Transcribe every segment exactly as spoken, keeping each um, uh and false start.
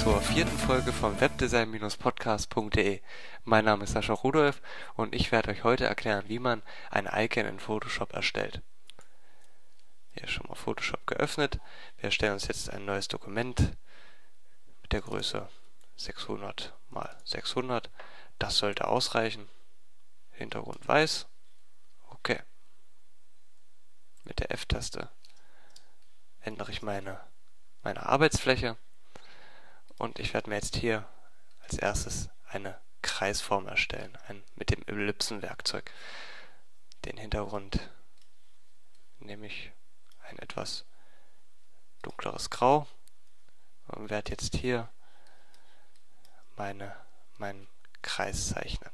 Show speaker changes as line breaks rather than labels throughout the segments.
zur vierten Folge vom webdesign Podcast punkt de. Mein Name ist Sascha Rudolph und ich werde euch heute erklären, wie man ein Icon in Photoshop erstellt. Hier ist schon mal Photoshop geöffnet. Wir erstellen uns jetzt ein neues Dokument mit der Größe sechshundert mal sechshundert. Das sollte ausreichen. Hintergrund weiß. Okay. Mit der F-Taste ändere ich meine, meine Arbeitsfläche und ich werde mir jetzt hier als erstes eine Kreisform erstellen, ein, mit dem Ellipsenwerkzeug. Den Hintergrund nehme ich ein etwas dunkleres Grau und werde jetzt hier meine, meinen Kreis zeichnen.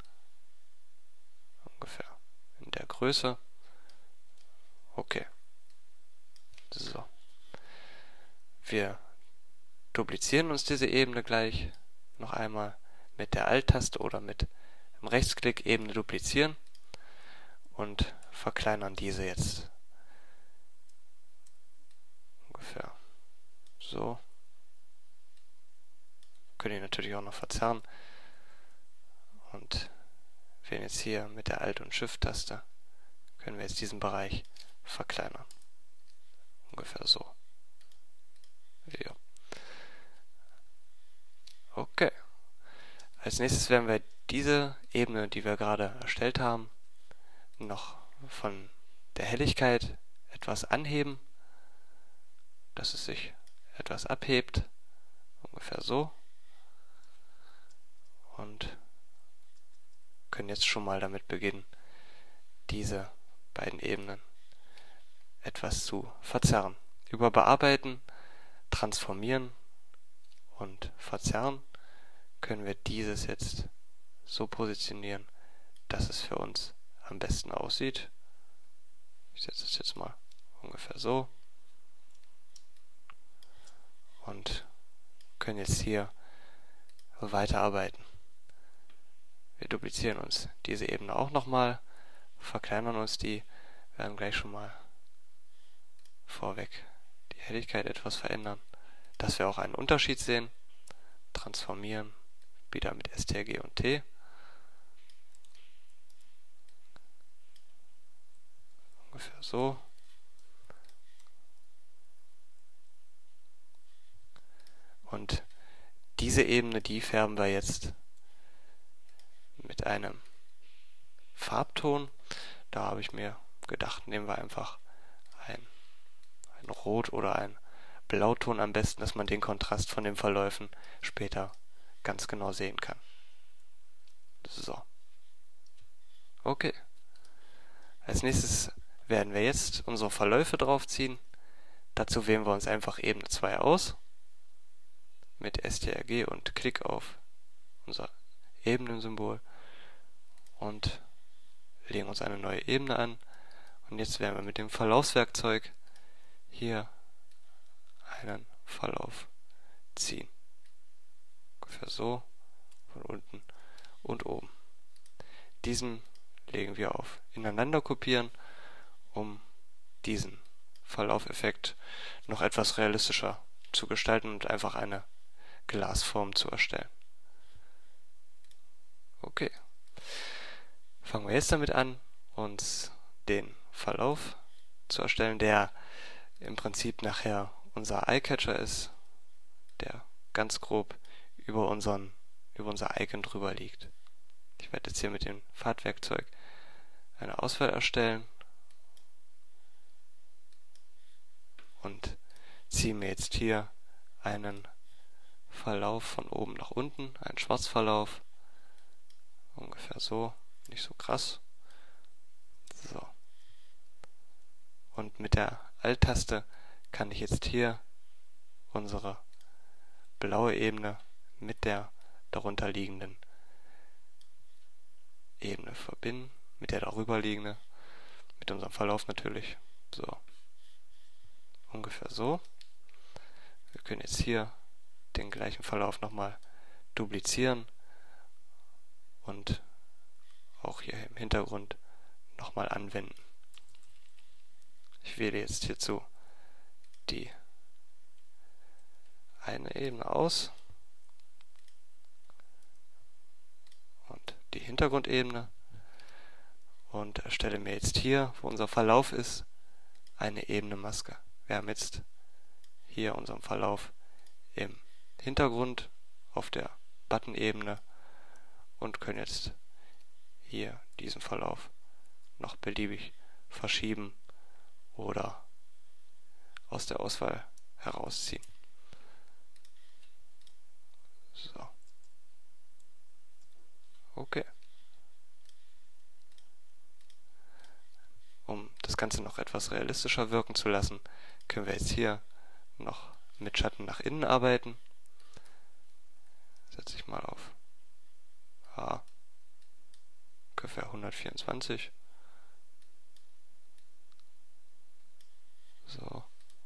Ungefähr in der Größe. Okay. So. Wir duplizieren uns diese Ebene gleich noch einmal mit der Alt-Taste oder mit dem Rechtsklick Ebene duplizieren und verkleinern diese jetzt ungefähr so. Können die natürlich auch noch verzerren und wählen jetzt hier mit der Alt- und Shift-Taste, können wir jetzt diesen Bereich verkleinern. Ungefähr so. Ja. Okay. Als nächstes werden wir diese Ebene, die wir gerade erstellt haben, noch von der Helligkeit etwas anheben, dass es sich etwas abhebt. Ungefähr so. Und können jetzt schon mal damit beginnen, diese beiden Ebenen etwas zu verzerren. Über Bearbeiten, Transformieren und Verzerren können wir dieses jetzt so positionieren, dass es für uns am besten aussieht. Ich setze es jetzt mal ungefähr so und können jetzt hier weiterarbeiten. Wir duplizieren uns diese Ebene auch nochmal, verkleinern uns die, werden gleich schon mal vorweg die Helligkeit etwas verändern, dass wir auch einen Unterschied sehen. Transformieren, wieder mit S T R G und T. Ungefähr so. Und diese Ebene, die färben wir jetzt mit einem Farbton. Da habe ich mir gedacht, nehmen wir einfach ein, ein Rot oder ein Blauton am besten, dass man den Kontrast von den Verläufen später ganz genau sehen kann. So. Okay. Als nächstes werden wir jetzt unsere Verläufe draufziehen. Dazu wählen wir uns einfach Ebene zwei aus. Mit S T R G und Klick auf unser Ebenensymbol. Und legen uns eine neue Ebene an. Und jetzt werden wir mit dem Verlaufswerkzeug hier einen Verlauf ziehen. Ungefähr so, von unten und oben. Diesen legen wir auf Ineinander kopieren, um diesen Verlaufeffekt noch etwas realistischer zu gestalten und einfach eine Glasform zu erstellen. Okay. Fangen wir jetzt damit an, uns den Verlauf zu erstellen, der im Prinzip nachher unser Eyecatcher ist, der ganz grob über unseren, über unser Icon drüber liegt. Ich werde jetzt hier mit dem Fahrtwerkzeug eine Auswahl erstellen und ziehe mir jetzt hier einen Verlauf von oben nach unten, einen Schwarzverlauf, ungefähr so, nicht so krass. So. Und mit der Alt-Taste kann ich jetzt hier unsere blaue Ebene mit der darunter liegenden Ebene verbinden, mit der darüber liegende, mit unserem Verlauf natürlich. So. Ungefähr so. Wir können jetzt hier den gleichen Verlauf nochmal duplizieren und auch hier im Hintergrund nochmal anwenden. Ich wähle jetzt hierzu die eine Ebene aus die Hintergrundebene und erstelle mir jetzt hier, wo unser Verlauf ist, eine Ebene Maske. Wir haben jetzt hier unseren Verlauf im Hintergrund auf der Button-Ebene und können jetzt hier diesen Verlauf noch beliebig verschieben oder aus der Auswahl herausziehen. So. Okay. Um das Ganze noch etwas realistischer wirken zu lassen, können wir jetzt hier noch mit Schatten nach innen arbeiten. Setze ich mal auf ja, ungefähr hundertvierundzwanzig. So.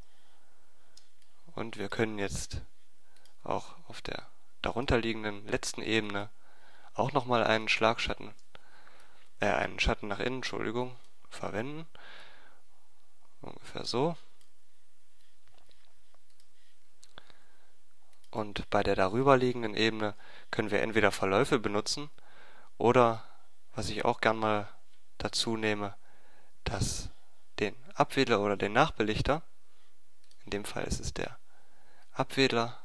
Und wir können jetzt auch auf der darunterliegenden letzten Ebene auch nochmal einen Schlagschatten, äh, einen Schatten nach innen, Entschuldigung, verwenden. Ungefähr so. Und bei der darüberliegenden Ebene können wir entweder Verläufe benutzen oder, was ich auch gern mal dazu nehme, das den Abwedler oder den Nachbelichter, in dem Fall ist es der Abwedler,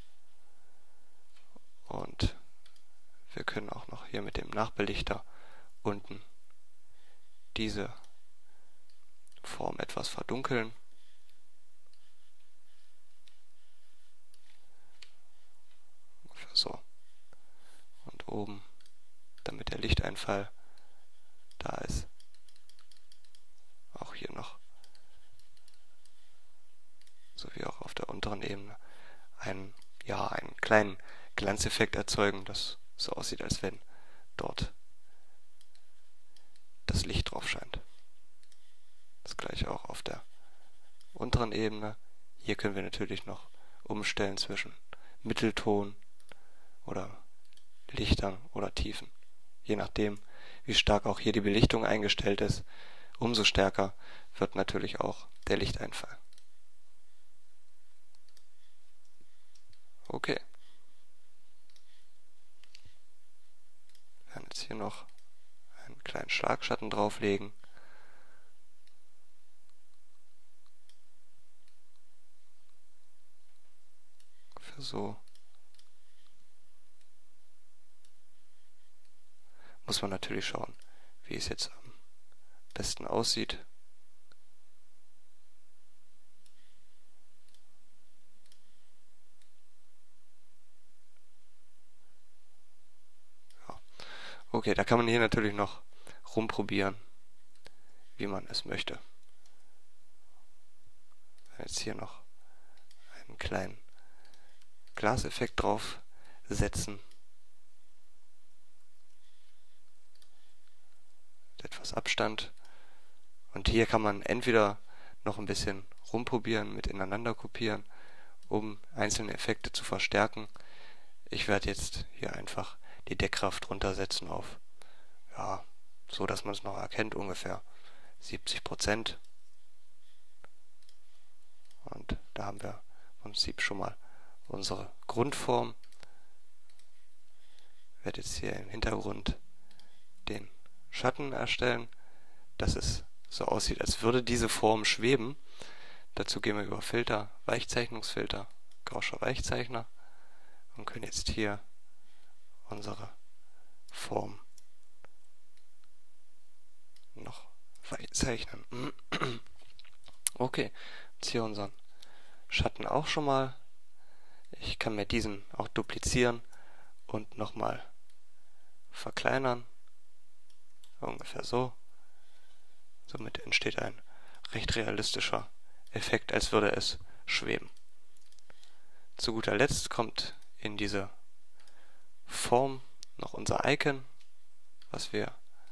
und wir können auch noch hier mit dem Nachbelichter unten diese Form etwas verdunkeln. Ungefähr so. Und oben, damit der Lichteinfall da ist, auch hier noch, sowie auch auf der unteren Ebene, einen, ja, einen kleinen Glanzeffekt erzeugen, das so aussieht, als wenn dort das Licht drauf scheint. Das gleiche auch auf der unteren Ebene. Hier können wir natürlich noch umstellen zwischen Mittelton oder Lichtern oder Tiefen. Je nachdem, wie stark auch hier die Belichtung eingestellt ist, umso stärker wird natürlich auch der Lichteinfall. Okay. Wir werden jetzt hier noch einen kleinen Schlagschatten drauflegen. Ungefähr so. Muss man natürlich schauen, wie es jetzt am besten aussieht. Ja. Okay, da kann man hier natürlich noch rumprobieren, wie man es möchte. Jetzt hier noch einen kleinen Glaseffekt drauf setzen. Mit etwas Abstand. Und hier kann man entweder noch ein bisschen rumprobieren, mit ineinander kopieren, um einzelne Effekte zu verstärken. Ich werde jetzt hier einfach die Deckkraft runtersetzen auf, ja, so dass man es noch erkennt, ungefähr siebzig Prozent. Und da haben wir im Prinzip schon mal unsere Grundform. Ich werde jetzt hier im Hintergrund den Schatten erstellen, dass es so aussieht, als würde diese Form schweben. Dazu gehen wir über Filter, Weichzeichnungsfilter, Gaußscher Weichzeichner und können jetzt hier unsere Form noch weichzeichnen. Okay, jetzt hier unseren Schatten auch schon mal. Ich kann mir diesen auch duplizieren und nochmal verkleinern. Ungefähr so. Somit entsteht ein recht realistischer Effekt, als würde es schweben. Zu guter Letzt kommt in diese Form noch unser Icon, was wir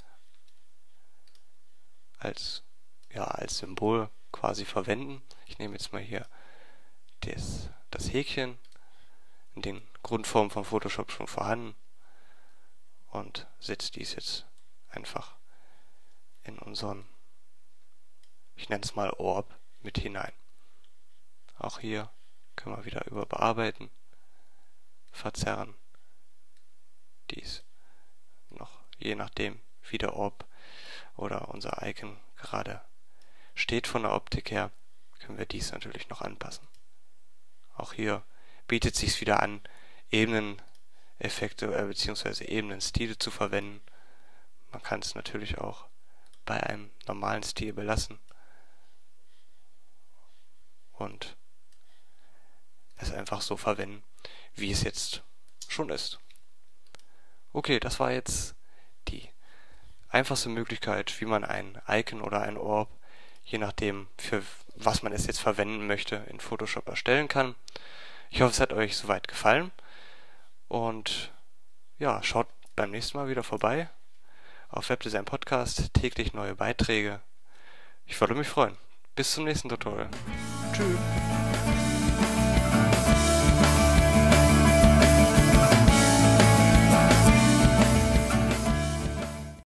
als, ja, als Symbol quasi verwenden. Ich nehme jetzt mal hier das, das Häkchen, in den Grundformen von Photoshop schon vorhanden, und setze dies jetzt einfach in unseren, ich nenne es mal Orb, mit hinein. Auch hier können wir wieder über Bearbeiten, Verzerren, dies noch je nachdem, wie der Orb oder unser Icon gerade steht von der Optik her, können wir dies natürlich noch anpassen. Auch hier bietet es sich wieder an, Ebeneneffekte äh, bzw. Ebenenstile zu verwenden. Man kann es natürlich auch bei einem normalen Stil belassen und es einfach so verwenden, wie es jetzt schon ist. Okay, das war jetzt die einfachste Möglichkeit, wie man ein Icon oder ein Orb, je nachdem, für was man es jetzt verwenden möchte, in Photoshop erstellen kann. Ich hoffe, es hat euch soweit gefallen und ja, schaut beim nächsten Mal wieder vorbei auf Webdesign Podcast, täglich neue Beiträge. Ich würde mich freuen. Bis zum nächsten Tutorial. Tschüss.